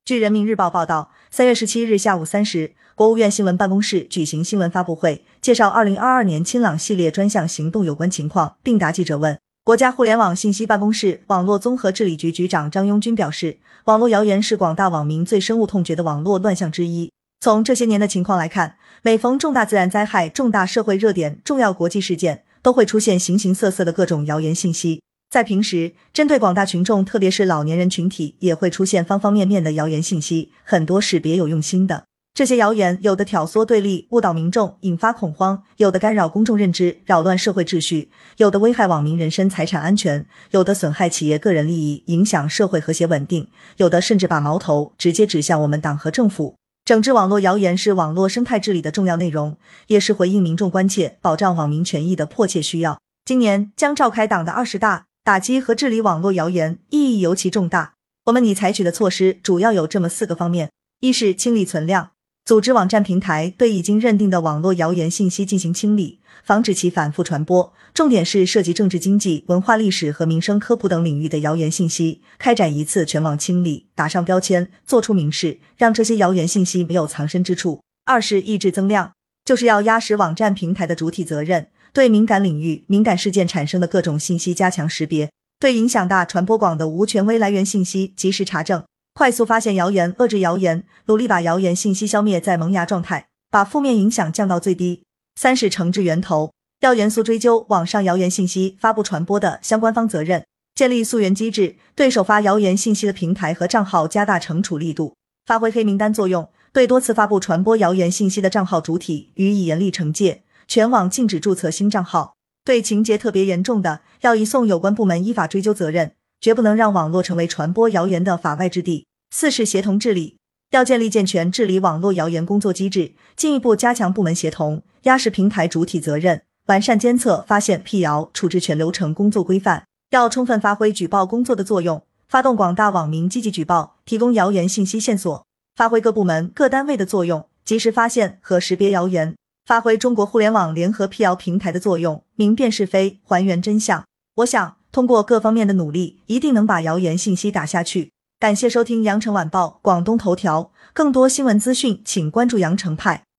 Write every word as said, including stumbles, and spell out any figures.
据人民日报报道，三月十七日下午三时，国务院新闻办公室举行新闻发布会，介绍二零二二年清朗系列专项行动有关情况，并答记者问。国家互联网信息办公室网络综合治理局局长张庸军表示，网络谣言是广大网民最深恶痛绝的网络乱象之一。从这些年的情况来看，每逢重大自然灾害、重大社会热点、重要国际事件，都会出现形形色色的各种谣言信息。在平时，针对广大群众，特别是老年人群体，也会出现方方面面的谣言信息，很多是别有用心的。这些谣言有的挑唆对立，误导民众，引发恐慌；有的干扰公众认知，扰乱社会秩序；有的危害网民人身财产安全；有的损害企业个人利益，影响社会和谐稳定；有的甚至把矛头直接指向我们党和政府。整治网络谣言是网络生态治理的重要内容，也是回应民众关切、保障网民权益的迫切需要。今年将召开党的二十大，打击和治理网络谣言意义尤其重大。我们拟采取的措施主要有这么四个方面：一是清理存量，组织网站平台对已经认定的网络谣言信息进行清理，防止其反复传播，重点是涉及政治经济、文化历史和民生科普等领域的谣言信息，开展一次全网清理，打上标签，做出明示，让这些谣言信息没有藏身之处。二是抑制增量，就是要压实网站平台的主体责任，对敏感领域、敏感事件产生的各种信息加强识别，对影响大、传播广的无权威来源信息及时查证，快速发现谣言，遏制谣言，努力把谣言信息消灭在萌芽状态，把负面影响降到最低。三是惩治源头，要严肃追究网上谣言信息发布传播的相关方责任，建立溯源机制，对首发谣言信息的平台和账号加大惩处力度，发挥黑名单作用，对多次发布传播谣言信息的账号主体予以严厉惩戒，全网禁止注册新账号。对情节特别严重的，要移送有关部门依法追究责任，绝不能让网络成为传播谣言的法外之地。四是协同治理，要建立健全治理网络谣言工作机制，进一步加强部门协同，压实平台主体责任，完善监测、发现、辟谣、处置全流程工作规范。要充分发挥举报工作的作用，发动广大网民积极举报，提供谣言信息线索，发挥各部门各单位的作用，及时发现和识别谣言，发挥中国互联网联合辟谣平台的作用，明辨是非，还原真相。我想通过各方面的努力，一定能把谣言信息打下去。感谢收听羊城晚报广东头条，更多新闻资讯请关注羊城派。